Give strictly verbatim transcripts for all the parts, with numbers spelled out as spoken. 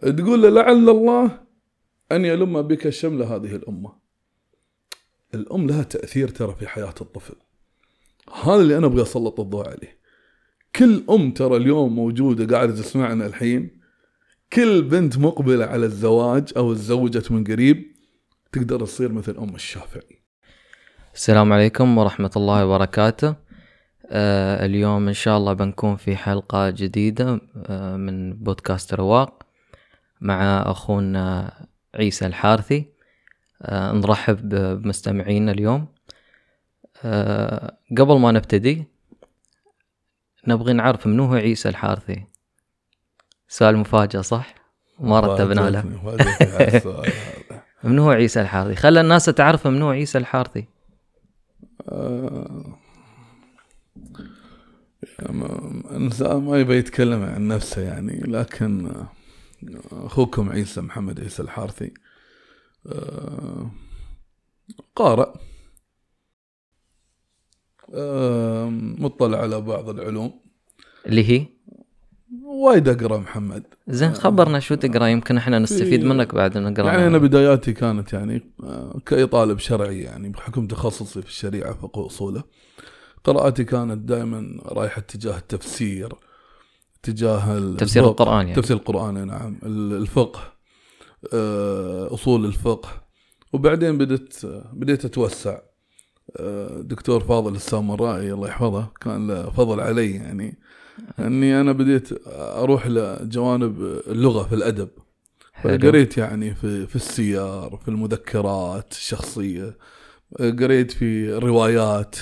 تقول له لعل الله أن يلم بك شمل هذه الأمة. الأم لها تأثير ترى في حياة الطفل، هذا اللي أنا أبغى أسلط الضوء عليه. كل أم ترى اليوم موجودة قاعدة تسمعنا الحين، كل بنت مقبلة على الزواج أو تزوجت من قريب تقدر تصير مثل أم الشافعي. السلام عليكم ورحمة الله وبركاته. آه اليوم إن شاء الله بنكون في حلقة جديدة آه من بودكاست رواق مع أخونا عيسى الحارثي. آه نرحب بمستمعينا اليوم. آه قبل ما نبتدي نبغي نعرف منو هو عيسى الحارثي. سؤال مفاجأة صح؟ ما رتبنا له. منو هو عيسى الحارثي؟ خلى الناس تعرف منو عيسى الحارثي. آه... إنسان ما يبي يتكلم عن نفسه يعني، لكن أخوكم عيسى محمد عيسى الحارثي آه... قارئ، آه... مطلع على بعض العلوم اللي هي وايد أقرأ محمد. زين خبرنا شو تقرأ، يمكن احنا نستفيد منك بعد نقرأ. يعني أنا بداياتي كانت يعني كأي طالب شرعي، يعني بحكم تخصصي في الشريعة فقه أصوله، قراءتي كانت دائما رايحة اتجاه التفسير، اتجاه تفسير القرآن يعني. تفسير القرآن نعم، الفقه، أصول الفقه. وبعدين بديت بديت أتوسع. دكتور فاضل السامرائي الله يحفظه كان له فضل علي، يعني أني أنا بديت أروح لجوانب اللغة في الأدب. قريت يعني في في السير، في المذكرات الشخصية، قريت في الروايات،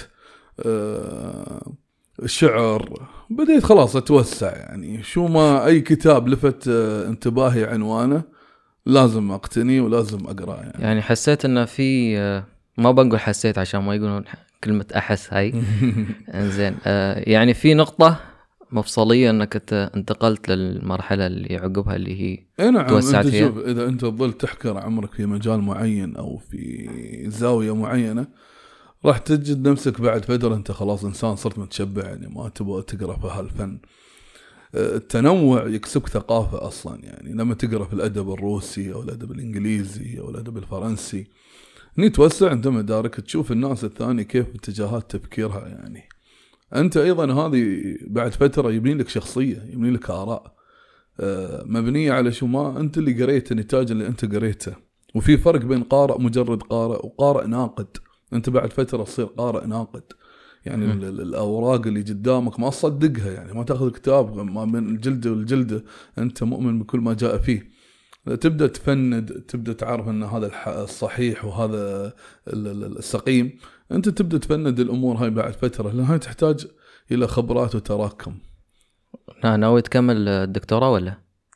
الشعر. بديت خلاص أتوسع، يعني شو ما أي كتاب لفت انتباهي عنوانه لازم أقتني ولازم أقرأ. يعني, يعني حسيت إنه في، ما بنقول حسيت عشان ما يقولون كلمة أحس هاي. إنزين يعني في نقطة مفصلية أنك انتقلت للمرحلة اللي عقبها اللي هي نعم. توسعت أنت فيها. شوف، إذا أنت تظل تحكر عمرك في مجال معين أو في زاوية معينة راح تجد نفسك بعد فترة أنت خلاص إنسان صرت متشبع، يعني ما تبغى تقرأ في هالفن. التنوع يكسبك ثقافة أصلا، يعني لما تقرأ في الأدب الروسي أو الأدب الإنجليزي أو الأدب الفرنسي نتوسع أنت مدارك، تشوف الناس الثانية كيف اتجاهات تفكيرها. يعني أنت أيضا هذه بعد فترة يبني لك شخصية، يبني لك آراء مبنية على شو ما أنت اللي قريته، النتاج اللي أنت قريته. وفي فرق بين قارئ مجرد قارئ وقارئ ناقد. أنت بعد فترة تصير قارئ ناقد، يعني م. الأوراق اللي قدامك ما تصدقها، يعني ما تأخذ كتاب ما بين الجلدة والجلدة أنت مؤمن بكل ما جاء فيه. تبدأ تفند، تبدأ تعرف أن هذا الصحيح وهذا السقيم. أنت تبدأ تفند الأمور هاي بعد فترة، لأنها تحتاج إلى خبرات وتراكم. ناوي تكمل الدكتوراه ولا؟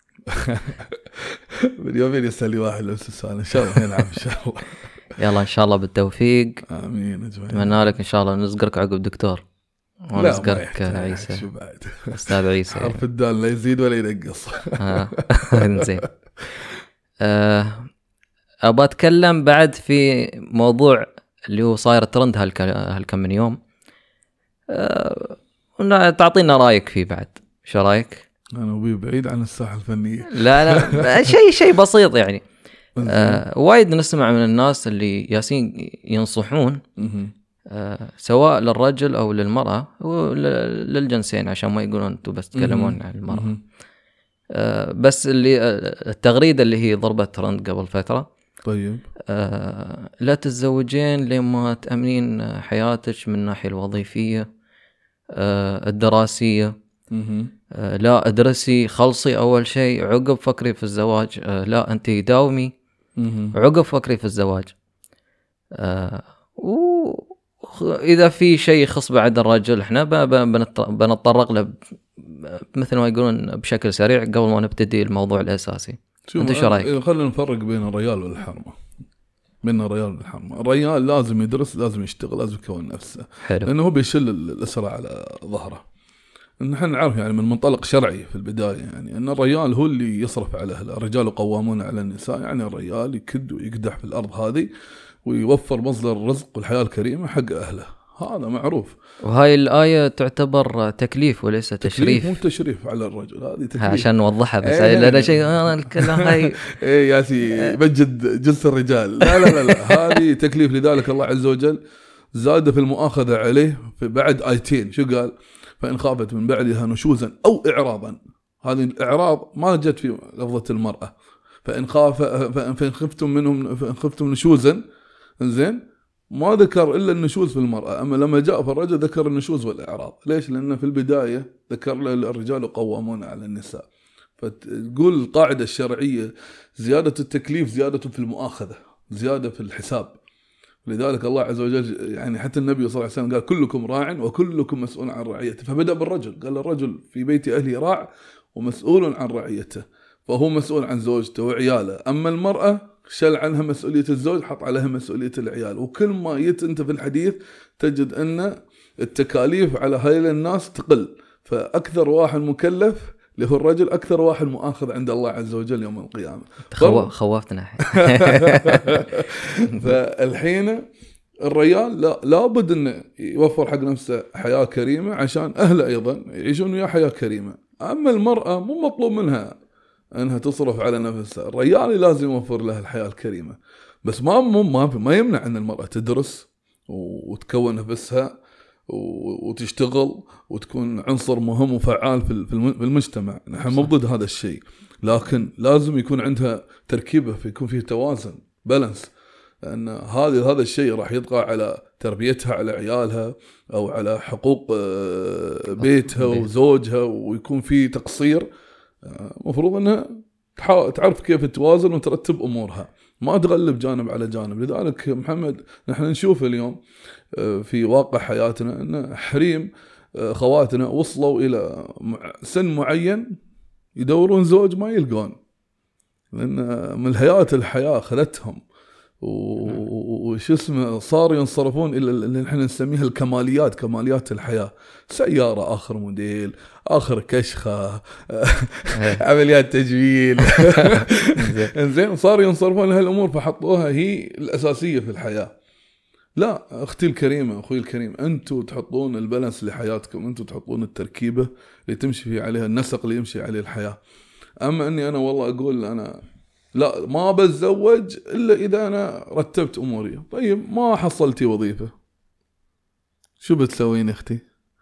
من يومين يسألي واحد نفس السؤال. إن شاء الله نعم إن شاء الله. يلا إن شاء الله بالتوفيق. آمين. أتمنى لك إن شاء الله نصقرك عقب دكتور ونصقرك عيسى. شو بعد أستاذ عيسى. حرف الدال لا يزيد ولا ينقص. إنزين. أه أبغى أتكلم بعد في موضوع اللي هو صاير ترند هالك هالكم من يوم. أه تعطينا رأيك فيه بعد. شو رأيك؟ أنا وبي بعيد عن الساحة الفنية. لا لا شيء شيء بسيط يعني. آه وايد نسمع من الناس اللي ياسين ينصحون آه سواء للرجل أو للمرأة وللجنسين، عشان ما يقولون أنتوا بس تكلمون عن المرأة. آه بس اللي التغريدة اللي هي ضربت ترند قبل فترة. طيب. آه لا تتزوجين لما تأمنين حياتك من الناحية الوظيفية آه الدراسية. آه لا ادرسي خلصي أول شيء عقب فكري في الزواج. آه لا أنت داومي عقب فكري في الزواج. آه وإذا في شيء يخص بعد الرجل إحنا بنتطرق له مثل ما يقولون بشكل سريع قبل ما نبتدي الموضوع الأساسي. أنت شو رأيك؟ خلينا نفرق بين الرجال والحرمة. بين الرجال والحرمة، الرجال لازم يدرس، لازم يشتغل، لازم يكون نفسه. حلو. لأنه هو بيشل الأسرة على ظهره. نحن نعرف يعني من منطلق شرعي في البداية، يعني أن الرجال هو اللي يصرف على أهله. الرجال قوامون على النساء، يعني الرجال يكد ويقدح في الأرض هذه ويوفر مصدر الرزق والحياة الكريمة حق أهله. هذا معروف. وهاي الآية تعتبر تكليف وليس تشريف. تكليف مو تشريف على الرجل، هذه تكليف عشان نوضحها بس. ايه لأن شيء أنا الكلام هاي ايه ياسي بجد جنس الرجال. لا لا لا, لا. هذه تكليف. لذلك الله عز وجل زاد في المؤاخذة عليه في بعد آيتين. شو قال؟ فإن خافت من بعدها نشوزا أو إعراضا. هذه الإعراض ما جت في لفظة المرأة. فإن خاف فإن خفتم منهم فإن خفتم نشوزا، زين، ما ذكر إلا النشوز في المرأة. أما لما جاء في الرجل ذكر النشوز والإعراض. ليش؟ لأن في البداية ذكر الرجال قوامون على النساء. فتقول القاعدة الشرعية زيادة التكليف زيادة في المؤاخذة، زيادة في الحساب. لذلك الله عز وجل يعني حتى النبي صلى الله عليه وسلم قال كلكم راع وكلكم مسؤول عن رعيته. فبدأ بالرجل، قال الرجل في بيت أهله راع ومسؤول عن رعيته، فهو مسؤول عن زوجته وعياله. أما المرأة شل عنها مسؤولية الزوج، حط عليها مسؤولية العيال. وكل ما يت أنت في الحديث تجد أن التكاليف على هؤلاء الناس تقل. فأكثر واحد مكلف اللي هو الرجل، أكثر واحد مؤاخذ عند الله عز وجل يوم القيامة. خو... خوفتنا. فالحين الرجال لا لابد أنه يوفر حق نفسه حياة كريمة عشان أهله أيضا يعيشون وياه حياة كريمة. أما المرأة مو مطلوب منها أنها تصرف على نفسها، الرجال لازم يوفر لها الحياة الكريمة. بس ما مو ما, ما يمنع أن المرأة تدرس وتكون نفسها وتشتغل وتكون عنصر مهم وفعال في المجتمع. نحن مو ضد هذا الشيء، لكن لازم يكون عندها تركيبة، يكون فيه توازن، بالانس. لأن هذا هذا الشيء راح يطغى على تربيتها، على عيالها، أو على حقوق بيتها وزوجها، ويكون فيه تقصير. مفروض أنها تعرف كيف توازن وترتب أمورها، ما تغلب جانب على جانب. لذلك محمد نحن نشوف اليوم في واقع حياتنا أن حريم خواتنا وصلوا إلى سن معين يدورون زوج ما يلقون، لأن ملهيات الحياة خلتهم وش اسمه صار ينصرفون إلى اللي نحن نسميها الكماليات، كماليات الحياة. سيارة آخر موديل، آخر كشخة، عمليات تجميل. إنزين صار ينصرفون لهالأمور فحطوها هي الأساسية في الحياة. لا أختي الكريمة، أخوي الكريم، أنتوا تحطون البالانس لحياتكم، أنتوا تحطون التركيبة اللي تمشي في عليها، النسق اللي يمشي عليه الحياة. أما أني أنا والله أقول أنا لا ما بتزوج إلا إذا أنا رتبت أموري. طيب ما حصلتي وظيفة، شو بتسوين أختي؟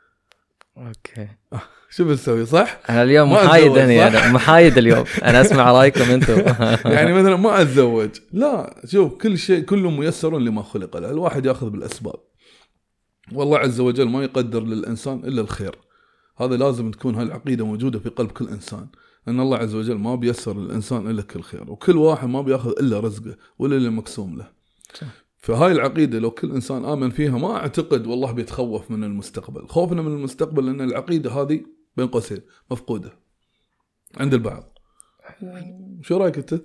أوكي شو بتسوي؟ صح؟ أنا اليوم محايد، أنا محايد اليوم. أنا أسمع رأيكم أنتم. يعني مثلا ما أتزوج، لا شوف كل شيء كله ميسر لما خلق له. الواحد يأخذ بالأسباب، والله عز وجل ما يقدر للإنسان إلا الخير. هذا لازم تكون هالعقيدة موجودة في قلب كل إنسان، أن الله عز وجل ما بيسر للإنسان إلا كل خير، وكل واحد ما بيأخذ إلا رزقه ولا اللي مقسوم له. فهاي العقيدة لو كل إنسان آمن فيها ما أعتقد والله بيتخوف من المستقبل. خوفنا من المستقبل لأن العقيدة هذه بين قوسين مفقودة عند البعض. شو رأيك أنت؟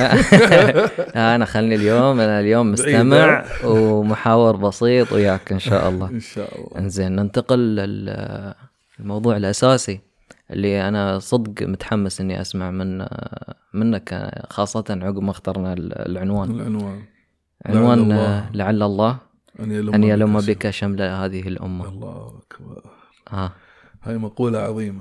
أنا خلني اليوم أنا اليوم مستمع ومحاور بسيط وياك إن شاء الله. إن شاء الله. إنزين ننتقل للموضوع الأساسي اللي أنا صدق متحمس إني أسمع من منك، خاصة عقب ما اخترنا العنوان. العنوان عنوان لعل الله, لعل الله أن يلم, أن يلم بك, بك شمل هذه الأمة. الله أكبر. آه. هاي مقولة عظيمة،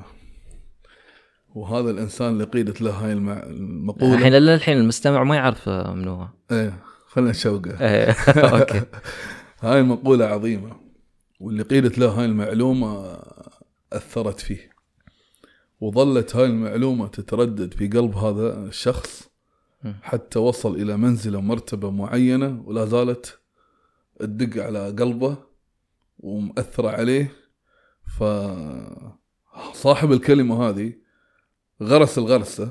وهذا الإنسان اللي قيدت له هاي المقولة. الحين الحين المستمع ما يعرف منو هو. إيه خلنا نشوقه. إيه أوكي. هاي المقولة عظيمة، واللي قيدت له هاي المعلومة أثرت فيه، وظلت هاي المعلومة تتردد في قلب هذا الشخص حتى وصل إلى منزلة مرتبة معينة، ولا زالت تدق على قلبه ومؤثرة عليه. فصاحب الكلمة هذه غرس الغرسة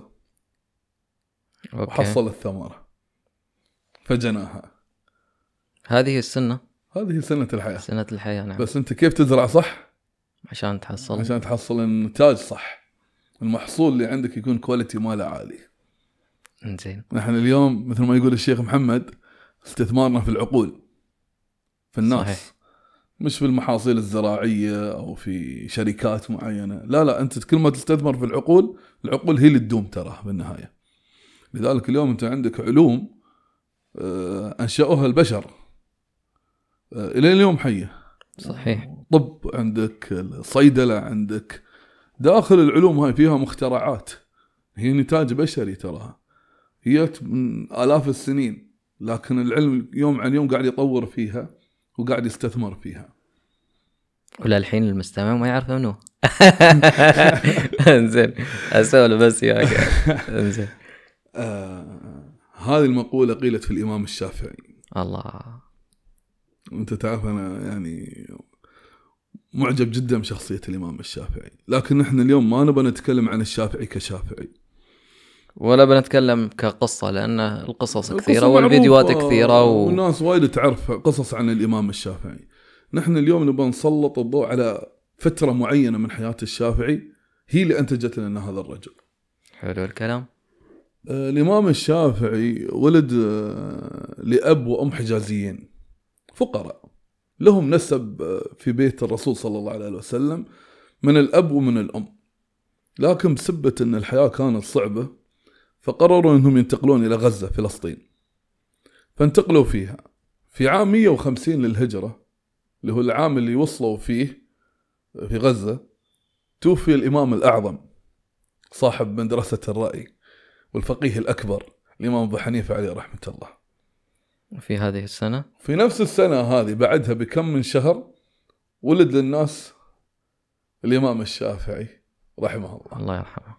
وحصل الثمرة فجناها. هذه السنة، هذه سنة الحياة، سنة الحياة. نعم. بس أنت كيف تزرع صح عشان تحصل عشان تحصل النتاج صح، المحصول اللي عندك يكون كواليتي ماله عالي. إنزين. نحن اليوم مثل ما يقول الشيخ محمد استثمارنا في العقول، في الناس. صحيح. مش في المحاصيل الزراعية أو في شركات معينة. لا لا أنت كل ما تستثمر في العقول، العقول هي اللي تدوم ترى بالنهاية. لذلك اليوم أنت عندك علوم أنشأوها البشر إلى اليوم حية. صحيح. طب عندك الصيدلة، عندك داخل العلوم هاي فيها مخترعات هي نتاج بشري تراها، هي من آلاف السنين، لكن العلم يوم عن يوم قاعد يطور فيها وقاعد يستثمر فيها. وللحين المستمع ما يعرف منه. انزين اسولف بس ياك. انزين آه هذه المقولة قيلت في الإمام الشافعي. الله. أنت تعرف أنا يعني معجب جدا بشخصية الإمام الشافعي، لكن نحن اليوم ما نبغى نتكلم عن الشافعي كشافعي ولا بنتكلم كقصة، لأن القصص كثيرة والفيديوهات كثيرة و... والناس وايد تعرف قصص عن الإمام الشافعي. نحن اليوم نبغى نسلط الضوء على فترة معينة من حياة الشافعي هي اللي أنتجت لنا هذا الرجل. حلو الكلام. آه الإمام الشافعي ولد آه لأب وأم حجازيين فقراء، لهم نسب آه في بيت الرسول صلى الله عليه وسلم من الأب ومن الأم، لكن بسبة أن الحياة كانت صعبة فقرروا أنهم ينتقلون إلى غزة فلسطين، فانتقلوا فيها في عام مية وخمسين للهجرة اللي هو العام اللي وصلوا فيه في غزة. توفي الإمام الأعظم صاحب مدرسة الرأي والفقيه الأكبر الإمام أبو حنيفة عليه رحمة الله. في هذه السنة، في نفس السنة هذه بعدها بكم من شهر ولد للناس الإمام الشافعي رحمه الله. الله يرحمه.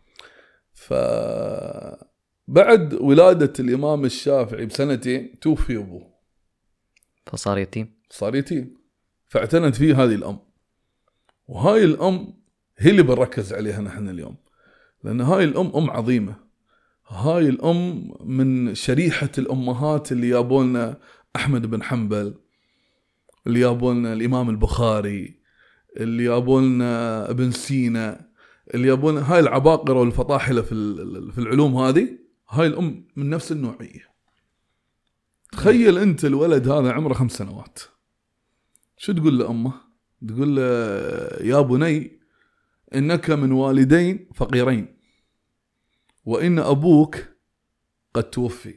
فبعد ولادة الإمام الشافعي بسنتين توفي أبوه، فصار يتيم. صار يتيم، فاعتنت فيه هذه الأم، وهاي الأم هي اللي بنركز عليها نحن اليوم، لأن هاي الأم أم عظيمة. هاي الأم من شريحة الأمهات اللي يابولنا أحمد بن حنبل، اللي يابولنا الإمام البخاري، اللي يابولنا ابن سينا، اللي يابولنا هاي العباقرة والفطاحلة في في العلوم. هذه هاي الأم من نفس النوعية. تخيل أنت الولد هذا عمره خمس سنوات، شو تقول لأمه؟ تقول له يا بني إنك من والدين فقيرين، وإن أبوك قد توفي،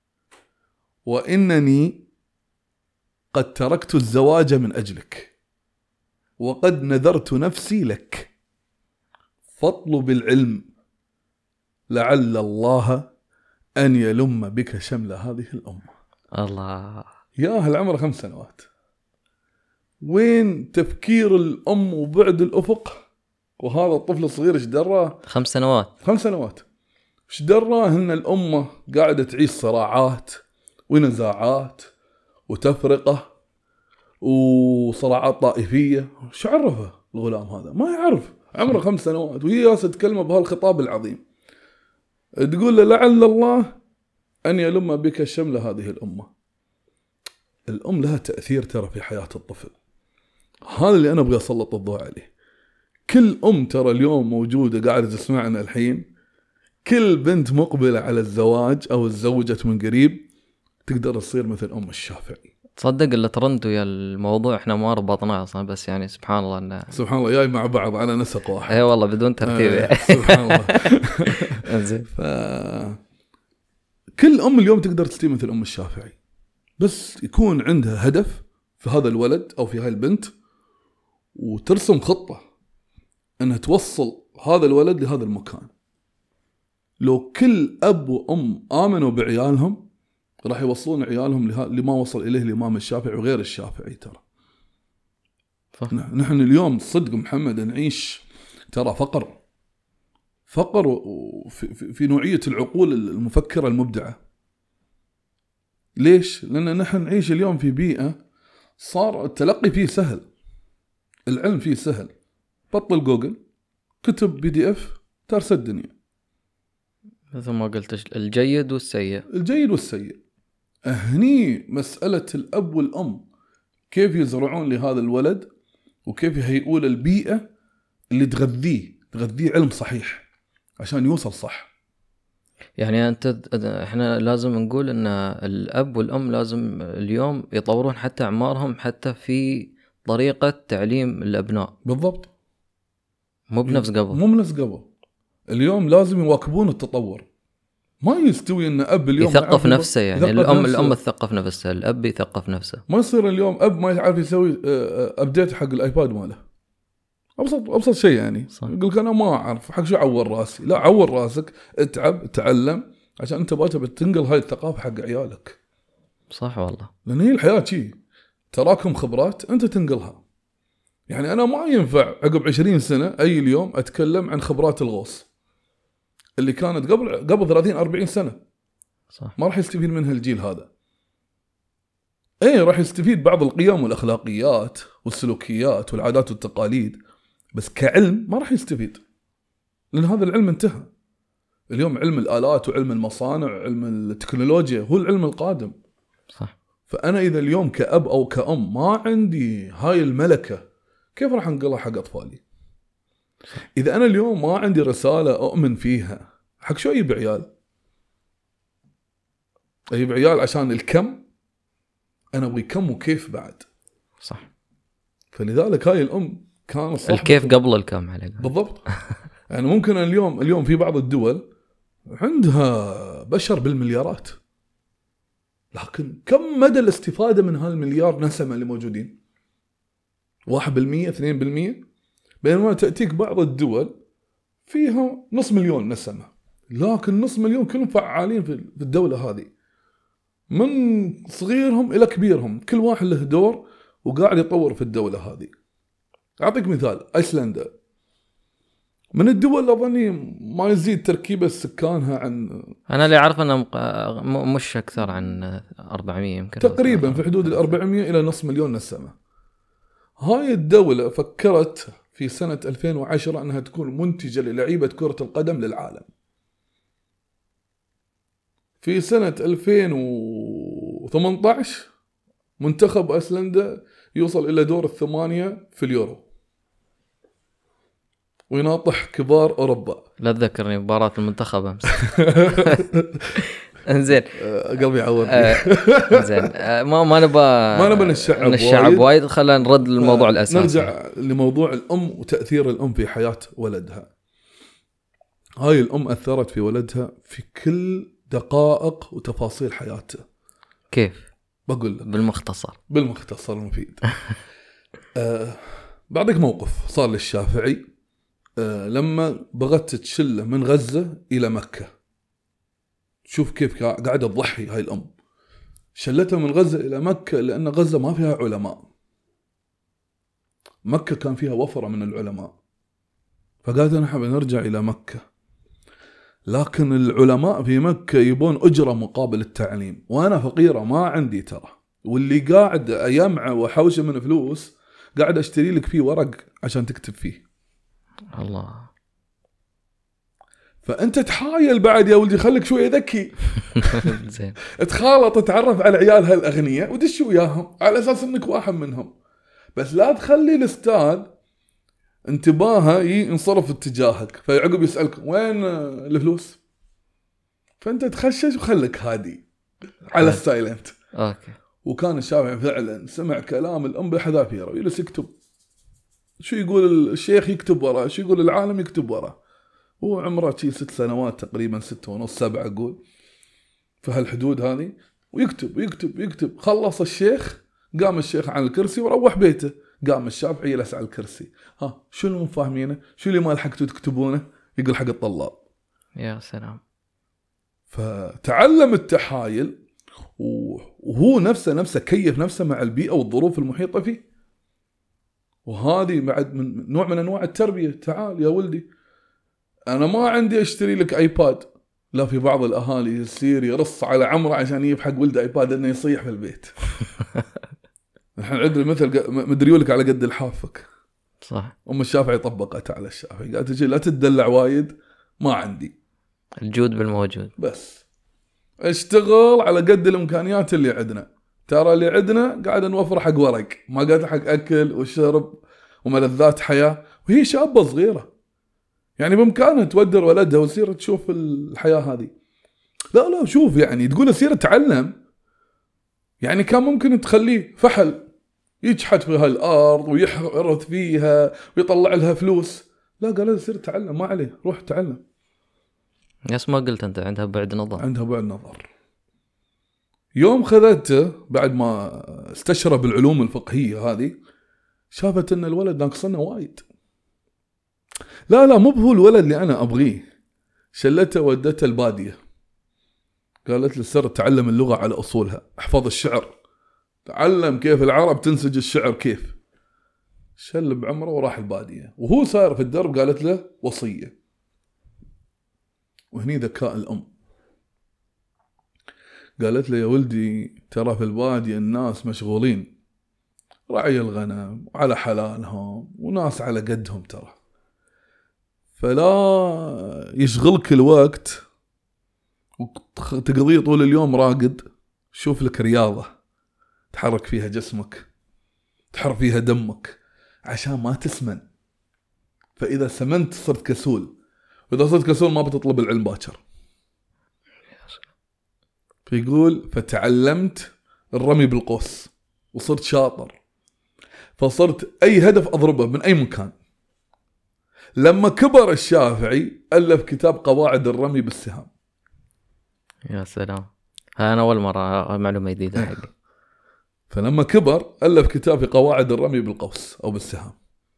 وإنني قد تركت الزواج من أجلك، وقد نذرت نفسي لك، فاطلب العلم لعل الله أن يلم بك شمل هذه الأمة. الله. يا هل عمره خمس سنوات، وين تفكير الأم وبعد الأفق؟ وهذا الطفل الصغير ايش دراه؟ خمس سنوات. خمس سنوات ايش دراه ان الأمة قاعدة تعيش صراعات ونزاعات وتفرقة وصراعات طائفية؟ شو عرفه الغلام هذا؟ ما يعرف، عمره خمس سنوات وهي جالسة تكلمه بهالخطاب العظيم، تقول له لعل الله أن يلم بك شمل هذه الأمة. الأم لها تأثير ترى في حياة الطفل، هذا اللي أنا أبغى أسلط الضوء عليه. كل أم ترى اليوم موجودة قاعدة تسمعنا الحين، كل بنت مقبلة على الزواج أو الزوجت من قريب تقدر تصير مثل أم الشافعي. تصدق اللي ترند ويا الموضوع احنا ما ربطناه أصلا، بس يعني سبحان الله إنه سبحان الله جاي مع بعض على نسق واحد. اي والله بدون ترتيب. آه سبحان الله. انزين. ف كل أم اليوم تقدر تصير مثل أم الشافعي، بس يكون عندها هدف في هذا الولد أو في هاي البنت، وترسم خطة أنها توصل هذا الولد لهذا المكان. لو كل أب وأم آمنوا بعيالهم راح يوصلون عيالهم له... لما وصل إليه الإمام الشافعي وغير الشافعي. ترى نحن اليوم صدق محمد نعيش ترى فقر فقر في... في... في نوعية العقول المفكرة المبدعة. ليش؟ لأن نحن نعيش اليوم في بيئة صار التلقي فيه سهل، العلم فيه سهل، بطل جوجل، كتب بي دي اف، ترس الدنيا. مثل ما قلت الجيد والسيء. الجيد والسيء. هني مسألة الأب والأم كيف يزرعون لهذا الولد وكيف يهيئون البيئة اللي تغذيه تغذيه علم صحيح عشان يوصل صح. يعني أنت إحنا لازم نقول إن الأب والأم لازم اليوم يطورون حتى أعمارهم حتى في طريقة تعليم الأبناء. بالضبط. مو بنفس قبل. مو بنفس قبل. اليوم لازم يواكبون التطور. ما يستوي ان اب اليوم يثقف نفسه، يعني يثقف الام نفسه. الام تثقف نفسها، الاب يثقف نفسه. ما يصير اليوم اب ما يعرف يسوي ابديت حق الايباد ماله، ابسط ابسط شيء يعني. يقول لك انا ما اعرف حق شو عور راسي. لا، عور راسك، اتعب، تعلم، عشان انت باجي بتنقل هاي الثقافه حق عيالك. صح والله، لان هي الحياه شيء تراكم خبرات انت تنقلها. يعني انا ما ينفع عقب عشرين سنه اي اليوم اتكلم عن خبرات الغوص اللي كانت قبل قبل ثلاثين أربعين سنه. صح. ما راح يستفيد منها الجيل هذا. ايه راح يستفيد بعض القيم والاخلاقيات والسلوكيات والعادات والتقاليد، بس كعلم ما راح يستفيد، لان هذا العلم انتهى. اليوم علم الآلات وعلم المصانع وعلم التكنولوجيا هو العلم القادم. صح. فأنا إذا اليوم كأب أو كأم ما عندي هاي الملكة، كيف راح أنقلها حق أطفالي؟ إذا أنا اليوم ما عندي رسالة أؤمن فيها، حق شو أجيب عيال؟ أجيب عيال عشان الكم؟ أنا أبغي كم وكيف بعد. صح. فلذلك هاي الأم كان صح الكيف قبل الكم عليك. بالضبط. يعني ممكن اليوم اليوم في بعض الدول عندها بشر بالمليارات، لكن كم مدى الاستفادة من هالمليار نسمة اللي موجودين؟ واحد بالمية، اثنين بالمية. بينما تأتيك بعض الدول فيها نص مليون نسمة، لكن نص مليون كلهم فعالين في الدولة هذه، من صغيرهم إلى كبيرهم، كل واحد له دور وقاعد يطور في الدولة هذه. أعطيك مثال، أيسلندا من الدول أظني ما يزيد تركيبة سكانها عن، أنا اللي أعرف أنه مش أكثر عن أربعمية يمكن، تقريبا في حدود الأربعمية إلى نص مليون نسمة. هاي الدولة فكرت في سنة ألفين وعشرة أنها تكون منتجة للعيبة كرة القدم للعالم. في سنة ألفين وثمانية عشر منتخب أيسلندا يوصل إلى دور الثمانية في اليورو ويناطح كبار أوروبا. لا تذكرني مباراة المنتخب أمس. انزين قلبي يعور. انزين ما ما نبى ما نبى نشعب الشعب وايد. خلينا نرد للموضوع الأساسي. نرجع لموضوع الأم وتأثير الأم في حياة ولدها. هاي الأم أثرت في ولدها في كل دقائق وتفاصيل حياته. كيف؟ بقول لك بالمختصر بالمختصر المفيد. أه بعطيك موقف صار للشافعي أه لما بغت تشله من غزة إلى مكة. شوف كيف قاعدة تضحي هاي الأم، شلتها من غزة إلى مكة لأن غزة ما فيها علماء، مكة كان فيها وفرة من العلماء، فقالت أنا حابة نرجع إلى مكة، لكن العلماء في مكة يبون أجرة مقابل التعليم، وأنا فقيرة ما عندي ترى، واللي قاعد أيمع وحوشه من فلوس قاعد أشتري لك فيه ورق عشان تكتب فيه. الله. فأنت تحايل بعد يا ولدي، خليك شوية ذكي. زين. تخالط تتعرف على عيال هالأغنياء ودش وياهم على أساس أنك واحد منهم، بس لا تخلي الأستاذ انتباهه ينصرف اتجاهك فيعقب يسألك وين الفلوس، فأنت تخشش وخلك هادي على السايلنت. أوكي. وكان الشافعي فعلا سمع كلام الأم بحذافيره، يجلس يكتب شو يقول الشيخ يكتب وراه، شو يقول العالم يكتب وراه. هو عمره شي ست سنوات تقريبا، ستة ونص سبعة أقول في هالحدود هذه، ويكتب ويكتب ويكتب. خلص الشيخ، قام الشيخ عن الكرسي وروح بيته، قام الشافعي يجلس على الكرسي. ها شو اللي مو فاهمينه، شو اللي ما لحقتوا تكتبونه، يقول حق الطلاب. يا سلام. فتعلم التحايل، وهو نفسه نفسه كيف نفسه مع البيئة والظروف المحيطة فيه. وهذه بعد من نوع من أنواع التربية. تعال يا ولدي أنا ما عندي أشتري لك آيباد، لا، في بعض الأهالي يصير يرص على عمره عشان يجيب حق ولده آيباد إنه يصيح في البيت. نحن عندنا مثل مدريولك على قد الحافك. صح. أم الشافعي طبقت على الشافعي، قالت تجي لا تدلع وايد، ما عندي، الجود بالموجود، بس اشتغل على قد الإمكانيات اللي عندنا. ترى اللي عندنا قاعد نوفر حق ورق، ما قاعد حق أكل وشرب وملذات حياة، وهي شابة صغيرة يعني بإمكانها تودر ولدها وتصير تشوف الحياة هذه. لا لا شوف يعني تقول أصير أتعلم، يعني كان ممكن تخليه فحل يجحد في هالأرض ويحرث فيها ويطلع لها فلوس. لا، قال أصير أتعلم، ما عليه، روح تعلم. نفس ما قلت أنت عندها بعد نظر. عندها بعد نظر. يوم خذته بعد ما استشرب العلوم الفقهية هذه، شافت ان الولد ناقصنا وايد. لا لا مو هو الولد اللي انا ابغيه. شلته ودته البادية، قالت له سر تعلم اللغة على اصولها، احفظ الشعر، تعلم كيف العرب تنسج الشعر كيف. شل بعمره وراح البادية، وهو ساير في الدرب قالت له وصية. وهني ذكاء الام، قالت له يا ولدي ترى في البادية الناس مشغولين، رعي الغنم وعلى حلالهم وناس على قدهم ترى، فلا يشغلك الوقت وتقضيه طول اليوم راقد. شوف لك رياضة تحرك فيها جسمك، تحرك فيها دمك عشان ما تسمن. فإذا سمنت صرت كسول، وإذا صرت كسول ما بتطلب العلم باكر. فيقول فتعلمت الرمي بالقوس وصرت شاطر، فصرت أي هدف أضربه من أي مكان. لما كبر الشافعي ألف كتاب قواعد الرمي بالسهام. يا سلام، أنا أول مرة معلومة جديدة حقي. فلما كبر ألف كتاب في قواعد الرمي بالقوس أو بالسهام.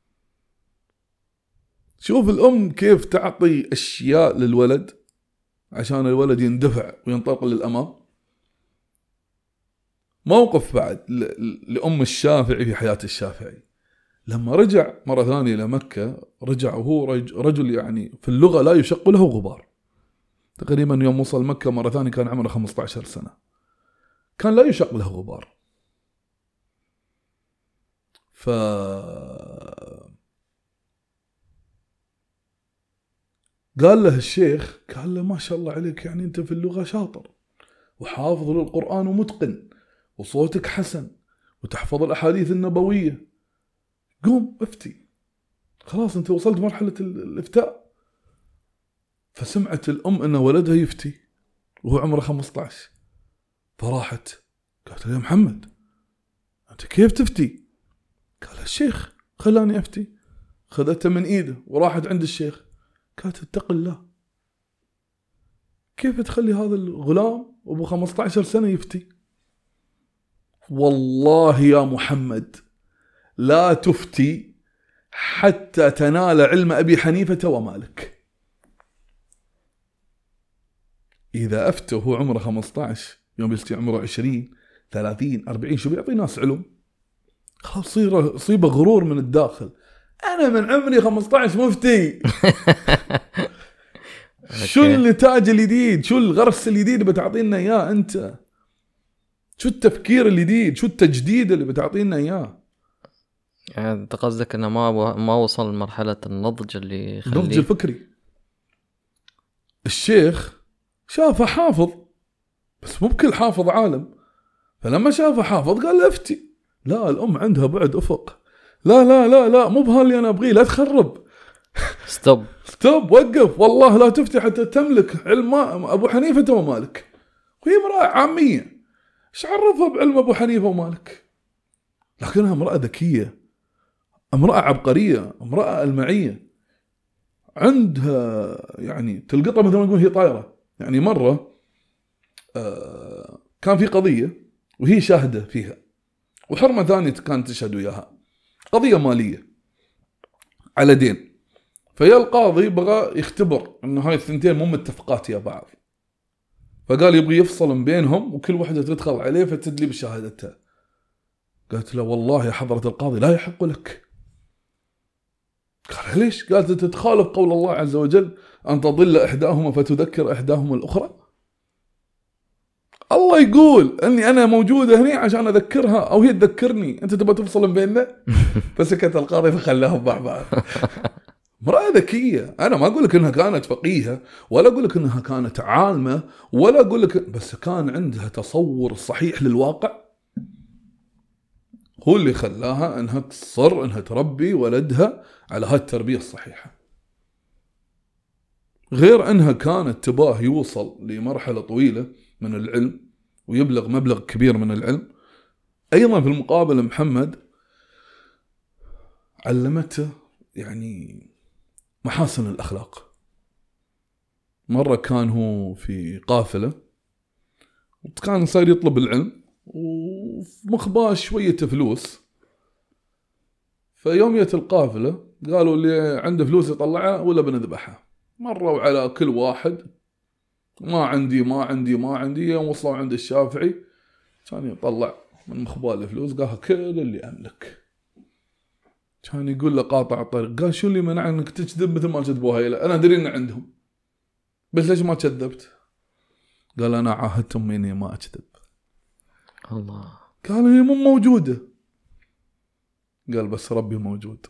شوف الأم كيف تعطي أشياء للولد عشان الولد يندفع وينطلق للأمام. موقف بعد لأم الشافعي في حياة الشافعي، لما رجع مرة ثانية إلى مكة، رجع وهو رجل يعني في اللغة لا يشق له غبار. تقريبا يوم وصل مكة مرة ثانية كان عمره خمسة عشر سنة، كان لا يشق له غبار. ف قال له الشيخ، قال له ما شاء الله عليك، يعني أنت في اللغة شاطر وحافظ للقرآن ومتقن وصوتك حسن وتحفظ الأحاديث النبوية، قوم افتي، خلاص أنت وصلت مرحلة الإفتاء. فسمعت الأم أن ولدها يفتي وهو عمره خمسة عشر، فراحت قالت له يا محمد أنت كيف تفتي؟ قال الشيخ خلاني أفتي. خذته من إيده وراحت عند الشيخ، قالت اتق الله، كيف تخلي هذا الغلام أبو خمسة عشر سنة يفتي؟ والله يا محمد لا تفتي حتى تنال علم أبي حنيفة ومالك. إذا أفتى وهو عمره خمسة عشر، يوم يستي عمره عشرين ثلاثين أربعين، شو بيعطي ناس علم؟ خلاص صير صيبه غرور من الداخل، أنا من عمري خمسة عشر مفتي. شو النتاج الجديد؟ شو الغرس الجديد اللي بتعطينا إياه أنت؟ شو التفكير الجديد؟ شو التجديد اللي بتعطينا إياه؟ يعني أنت قصدك إنه ما ما وصل لمرحلة النضج اللي يخليه النضج الفكري. الشيخ شافه حافظ، بس مو بكل حافظ عالم، فلما شافه حافظ قال له افتي. لا، الأم عندها بعد أفق. لا لا لا لا مو بهاللي أنا أبغيه، لا تخرب. ستوب ستوب، وقف، والله لا تفتي حتى تملك علم أبو حنيفة ومالك. وهي امرأة عامية، ايش عرفها بعلم أبو حنيفة ومالك؟ لكنها امرأة ذكية، امرأة عبقرية، امرأة المعية، عندها يعني تلقطها مثل ما نقول هي طايرة. يعني مرة آه كان في قضية وهي شاهدة فيها، وحرمة ثانية كانت تشهد وياها، قضية مالية على دين. فيا القاضي بغى يختبر انه هاي الثنتين مو متفقات يا بعض، فقال يبغي يفصل من بينهم وكل واحدة تدخل عليه فتدلي بشهادتها. قالت له والله يا حضرة القاضي لا يحق لك. قال ليش؟ قالت تتخالف قول الله عز وجل أن تضل إحداهما فتذكر إحداهما الأخرى. الله يقول أني أنا موجودة هنا عشان أذكرها أو هي تذكرني، أنت تبغى تفصل من بيننا؟ فسكت القاضي فخلاهم مع بعض. امرأة ذكية. أنا ما أقول لك أنها كانت فقيهة، ولا أقول لك أنها كانت عالمة، ولا أقول لك، بس كان عندها تصور صحيح للواقع هو اللي خلاها أنها تصر أنها تربي ولدها على هاي التربية الصحيحة. غير أنها كانت تباه يوصل لمرحلة طويلة من العلم ويبلغ مبلغ كبير من العلم، أيضا في المقابل محمد علمته يعني محاسن الأخلاق مرة كان هو في قافلة وكان صاير يطلب العلم ومخباه شوية فلوس. فيوم جت القافلة قالوا اللي عنده فلوس يطلعها ولا بنذبحها. مروا على كل واحد ما عندي ما عندي ما عندي. يوم وصلوا عند الشافعي كان يطلع من مخباه الفلوس قالها كل اللي أملك. كان يقول له قاطع الطريق قال شو اللي منع انك تكذب مثل ما كذبوا هايله؟ انا ادري ان عندهم بس ليش ما كذبت؟ قال انا عاهدتهم اني ما اكذب. الله. قال هي مو موجوده. قال بس ربي موجود.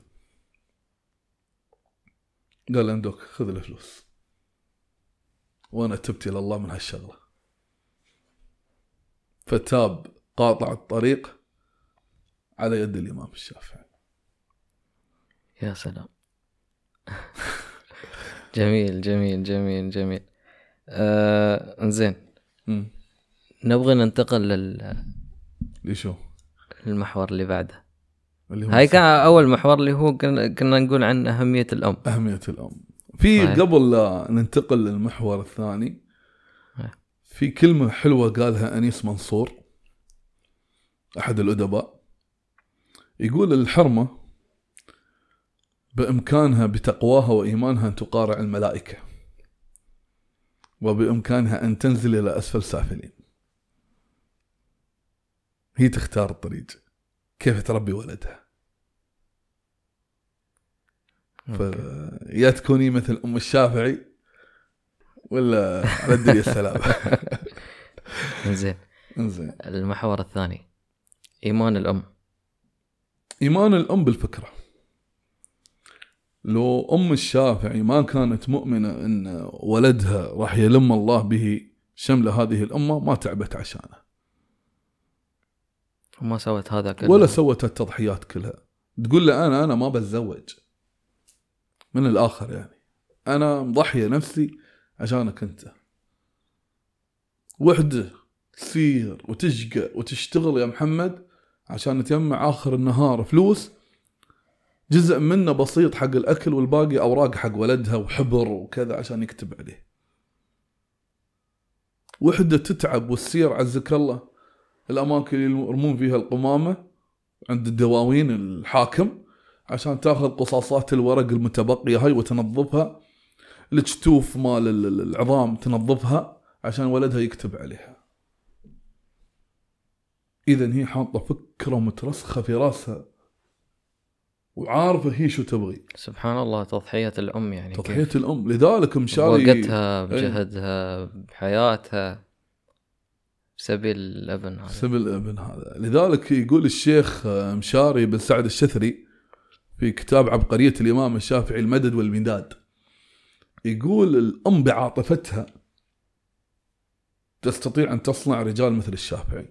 قال عندك خذ الفلوس وانا تبت الى الله من هالشغله. فتاب قاطع الطريق على يد الامام الشافعي. يا سلام. جميل جميل جميل جميل. آه، انزين نبغى ننتقل لل ليشو المحور اللي بعده. اللي هو هاي كان اول محور اللي هو كنا نقول عن اهمية الام. اهمية الام. في صحيح. قبل لا ننتقل للمحور الثاني في كلمة حلوة قالها أنيس منصور أحد الأدباء. يقول الحرمة بإمكانها بتقواها وإيمانها أن تقارع الملائكة وبإمكانها أن تنزل إلى أسفل سافلين. هي تختار الطريق كيف تربي ولدها. فيا تكوني مثل أم الشافعي ولا على الدنيا السلام. انزين انزين المحور الثاني إيمان الأم. إيمان الأم بالفكرة. لو أم الشافعي ما كانت مؤمنة أن ولدها راح يلم الله به شمل هذه الأمة ما تعبت عشانه وما سوت هذا كله ولا سوت التضحيات كلها. تقول له أنا أنا ما بتزوج من الآخر، يعني أنا مضحية نفسي عشانك أنت. وحدة تسير وتشقى وتشتغل يا محمد عشان تجمع آخر النهار فلوس، جزء منه بسيط حق الأكل والباقي أوراق حق ولدها وحبر وكذا عشان يكتب عليه. وحدة تتعب وتسير عزك الله الأماكن اللي يرمون فيها القمامة عند الدواوين الحاكم عشان تاخذ قصاصات الورق المتبقية هاي وتنظفها. الجتوف مال العظام تنظفها عشان ولدها يكتب عليها. إذن هي حاطة فكرة مترسخة في راسها وعارفة هي شو تبغي. سبحان الله تضحية الأم يعني تضحية كيف؟ الأم لذلك مشاري بوقتها بجهدها بحياتها سبيل الابن هذا سبيل الابن هذا. لذلك يقول الشيخ مشاري بن سعد الشثري في كتاب عبقرية الإمام الشافعي المدد والمداد، يقول الأم بعاطفتها تستطيع أن تصنع رجال مثل الشافعي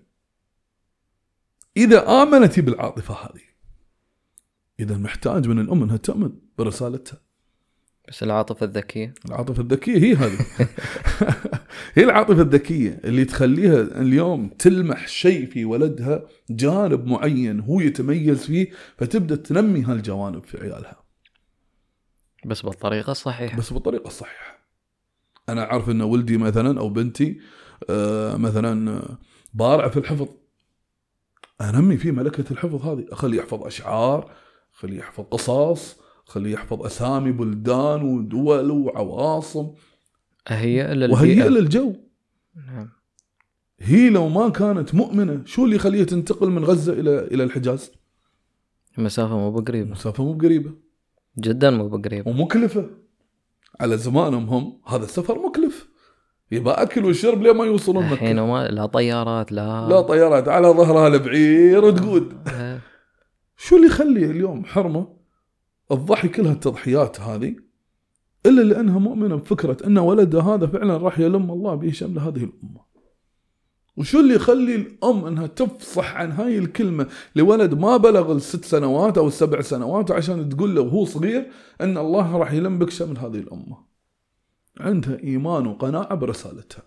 إذا آمنت بالعاطفة هذه. إذا محتاج من الأم أنها تؤمن برسالتها. بس العاطفة الذكية العاطفة الذكية هي هذه. هي العاطفة الذكية اللي تخليها اليوم تلمح شيء في ولدها، جانب معين هو يتميز فيه، فتبدأ تنمي هالجوانب في عيالها بس بالطريقة الصحيحة. بس بالطريقة الصحيحة. أنا أعرف أن ولدي مثلا أو بنتي آه مثلا بارع في الحفظ، أنمي فيه ملكة الحفظ هذه. أخليه يحفظ أشعار، خليه يحفظ قصص، خليه يحفظ أسامي بلدان ودول وعواصم، هي إلا وهي إلى الجو. نعم. هي لو ما كانت مؤمنة شو اللي يخليها تنتقل من غزة إلى إلى الحجاز؟ مسافة مو بقريبة. مسافة مو بقريبة جدا مو بقريبة ومكلفة على زمانهم هم. هذا السفر مكلف، يبقى أكل وشرب ليه ما يوصلون مكة. الحين ما لا طيارات لا لا طيارات، على ظهرها البعير وتقود. شو اللي يخلي اليوم حرمة الضحي كلها التضحيات هذه إلا لأنها مؤمنة بفكرة أن ولدها هذا فعلا راح يلم الله به شمل هذه الأمة. وشو اللي يخلي الأم أنها تفصح عن هاي الكلمة لولد ما بلغ الست سنوات أو السبع سنوات عشان تقول له وهو صغير أن الله راح يلم بك شمل هذه الأمة؟ عندها إيمان وقناعة برسالتها.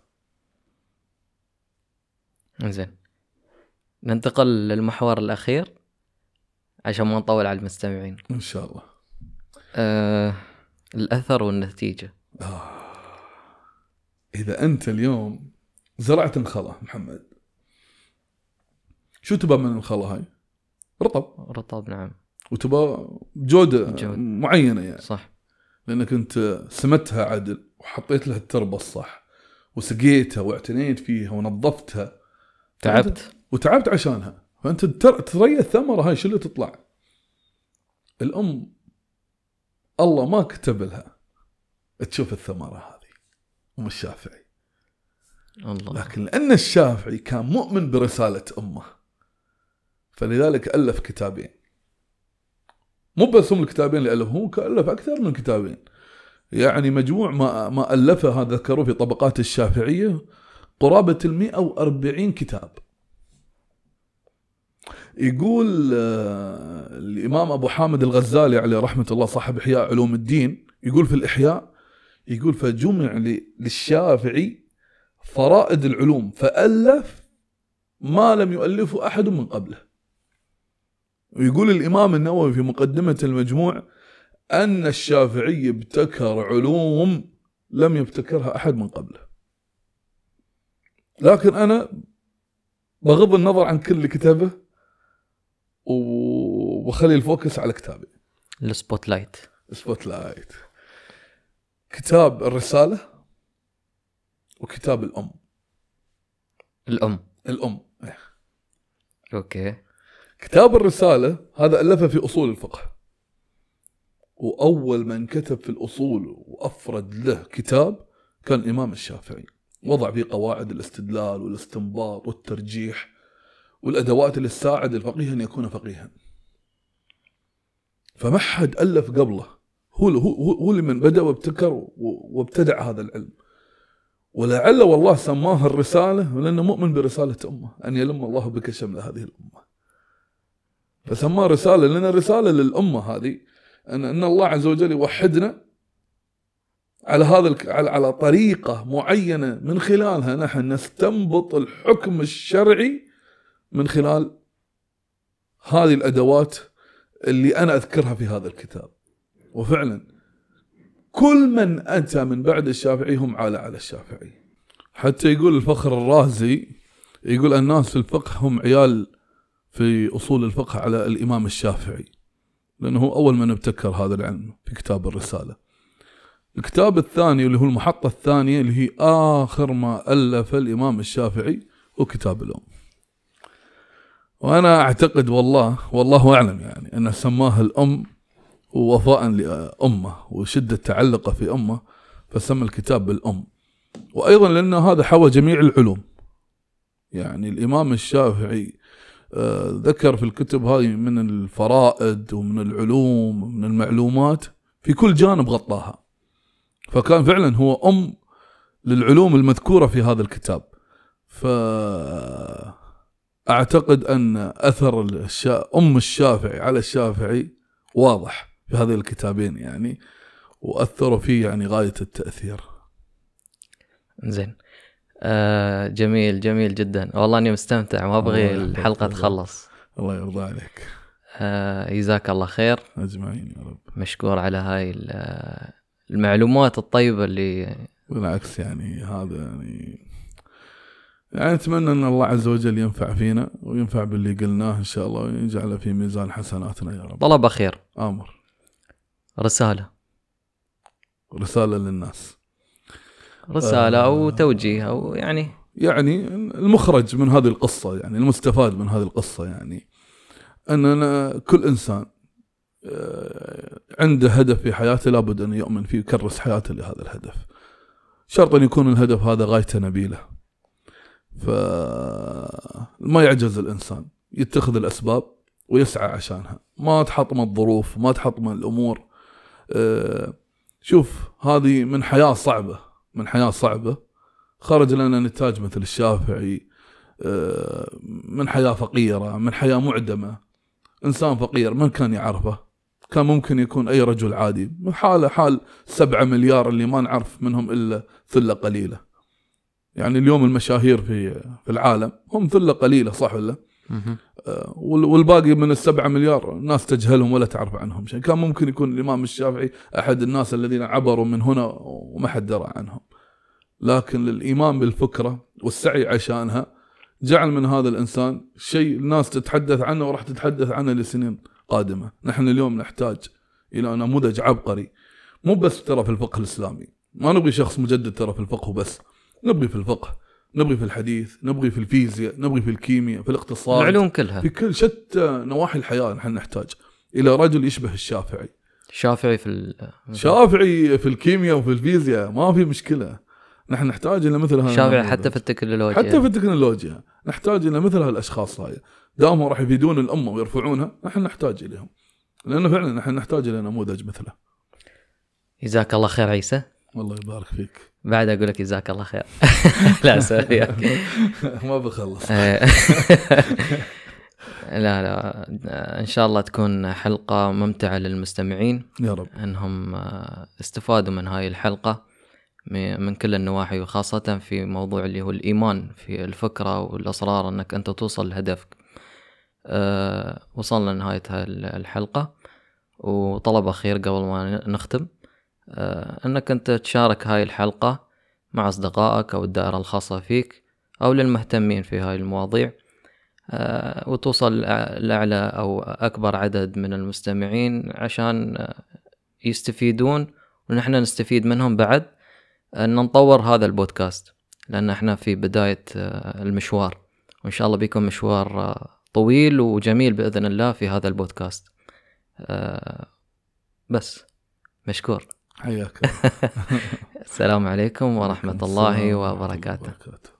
زين ننتقل للمحور الأخير عشان ما نطول على المستمعين إن شاء الله. آه، الأثر والنتيجة. آه. إذا أنت اليوم زرعت نخلة محمد، شو تبى من النخلة هاي؟ رطب. رطب نعم. وتبى بجودة جود. معينة يعني. صح. لأنك أنت سمتها عدل وحطيت لها التربة الصح وسقيتها واعتنيت فيها ونظفتها، تعبت وتعبت عشانها، فأنت ترى الثمرة هاي شو اللي تطلع. الأم الله ما كتب لها تشوف الثمرة هذه، أم الشافعي. الله. لكن لأن الشافعي كان مؤمن برسالة أمه فلذلك ألف كتابين، مو بس هم الكتابين اللي ألف، هو ألف أكثر من كتابين. يعني مجموع ما ما ألفه هذا ذكروا في طبقات الشافعية قرابة المئة وأربعين كتاب. يقول الإمام أبو حامد الغزالي عليه رحمة الله صاحب إحياء علوم الدين، يقول في الإحياء، يقول فجمع للشافعي فرائد العلوم فألف ما لم يؤلفه أحد من قبله. ويقول الإمام النووي في مقدمة المجموع أن الشافعي ابتكر علوم لم يبتكرها أحد من قبله. لكن أنا بغض النظر عن كل كتابه وخلي الفوكس على كتابي السبوت لايت. سبوت لايت كتاب الرسالة وكتاب الأم. الأم الأم أوكي. كتاب الرسالة هذا ألفه في أصول الفقه، وأول من كتب في الأصول وأفرد له كتاب كان الإمام الشافعي، وضع فيه قواعد الاستدلال والاستنباط والترجيح والأدوات اللي تساعد الفقيه أن يكون فقيها. فما حد ألف قبله، هو هو هو اللي من بدأ وابتكر وابتدع هذا العلم. ولعل والله سماه الرسالة لأنه مؤمن برسالة أمه، أن يلم الله بك شمل هذه الأمة، فسماه رسالة. لأن الرسالة للأمة هذه أن أن الله عز وجل يوحدنا على هذا على على طريقة معينة من خلالها نحن نستنبط الحكم الشرعي من خلال هذه الأدوات اللي أنا أذكرها في هذا الكتاب. وفعلا كل من أتى من بعد الشافعي هم عالة على الشافعي. حتى يقول الفخر الرازي، يقول الناس في الفقه هم عيال في أصول الفقه على الإمام الشافعي، لأنه هو أول من ابتكر هذا العلم في كتاب الرسالة. الكتاب الثاني اللي هو المحطة الثانية اللي هي آخر ما ألف الإمام الشافعي هو كتاب الأم. وأنا أعتقد والله والله أعلم يعني أن سماها الأم ووفاء لأمه وشدة تعلقه في أمه فسمى الكتاب بالأم. وأيضا لأن هذا حوى جميع العلوم، يعني الإمام الشافعي ذكر في الكتب هذه من الفرائد ومن العلوم ومن المعلومات في كل جانب غطاها، فكان فعلا هو أم للعلوم المذكورة في هذا الكتاب. فأعتقد أن أثر الشا... أم الشافعي على الشافعي واضح في هذه الكتابين يعني، وأثروا فيه يعني غاية التأثير. زين. آه جميل جميل جدا والله، أني مستمتع ما أبغي الحلقة تخلص. الله يرضى عليك. آه يجزاك الله خير أجمعين يا رب. مشكور على هاي المعلومات الطيبة اللي بالعكس يعني هذا يعني يعني أتمنى أن الله عز وجل ينفع فينا وينفع باللي قلناه إن شاء الله ويجعله في ميزان حسناتنا يا رب. طلب خير. آمر. رسالة رسالة للناس. رسالة آه أو توجيه أو يعني يعني المخرج من هذه القصة، يعني المستفاد من هذه القصة، يعني أننا كل إنسان عنده هدف في حياته لابد أن يؤمن فيه ويكرس حياته لهذا الهدف. شرط أن يكون الهدف هذا غايته نبيلة، فما يعجز الإنسان، يتخذ الأسباب ويسعى عشانها، ما تحطم الظروف ما تحطم الأمور. شوف هذه من حياة صعبة من حياة صعبة خرج لنا نتاج مثل الشافعي، من حياة فقيرة، من حياة معدمة. إنسان فقير من كان يعرفه؟ كان ممكن يكون أي رجل عادي، حاله حال سبعة مليار اللي ما نعرف منهم إلا ثلة قليلة. يعني اليوم المشاهير في في العالم هم ثلة قليلة، صح ولا؟ آه والباقي من السبعة مليار ناس تجهلهم ولا تعرف عنهم شيء. كان ممكن يكون الإمام الشافعي أحد الناس الذين عبروا من هنا وما حد درى عنهم، لكن الإيمان بالفكرة والسعي عشانها جعل من هذا الإنسان شيء الناس تتحدث عنه وراح تتحدث عنه لسنين قادمة. نحن اليوم نحتاج إلى نموذج عبقري، مو بس ترى في الفقه الإسلامي، ما نبغي شخص مجدد ترى في الفقه وبس، نبغي في الفقه، نبغي في الحديث، نبغي في الفيزياء، نبغي في الكيمياء، في الاقتصاد، العلوم كلها، في كل شتى نواحي الحياة. نحن نحتاج إلى رجل يشبه الشافعي. شافعي في ال... شافعي في الكيمياء وفي الفيزياء ما في مشكلة. نحن نحتاج إلى مثل هذا. شافعي حتى في التكنولوجيا، حتى في التكنولوجيا نحتاج إلى مثل هالأشخاص هاي، دامهم راح يفيدون الأمة ويرفعونها، نحن نحتاج إليهم، لأنه فعلا نحن نحتاج إلى نموذج مثله. جزاك الله خير عيسى. الله يبارك فيك. بعد أقول لك جزاك الله خير. لا سوري ما بخلص. لا لا إن شاء الله تكون حلقة ممتعة للمستمعين يا رب، أنهم استفادوا من هاي الحلقة من كل النواحي، وخاصة في موضوع اللي هو الإيمان في الفكرة والأسرار أنك أنت توصل لهدفك. أه وصلنا لنهاية هاي الحلقة، وطلب أخير قبل ما نختم، أه أنك أنت تشارك هاي الحلقة مع أصدقائك أو الدائرة الخاصة فيك أو للمهتمين في هاي المواضيع، أه وتوصل لأعلى أو أكبر عدد من المستمعين عشان يستفيدون ونحن نستفيد منهم بعد، أن نطور هذا البودكاست، لأن احنا في بداية المشوار، وإن شاء الله بيكون مشوار طويل وجميل بإذن الله في هذا البودكاست. بس مشكور. حياك. السلام عليكم ورحمة الله وبركاته.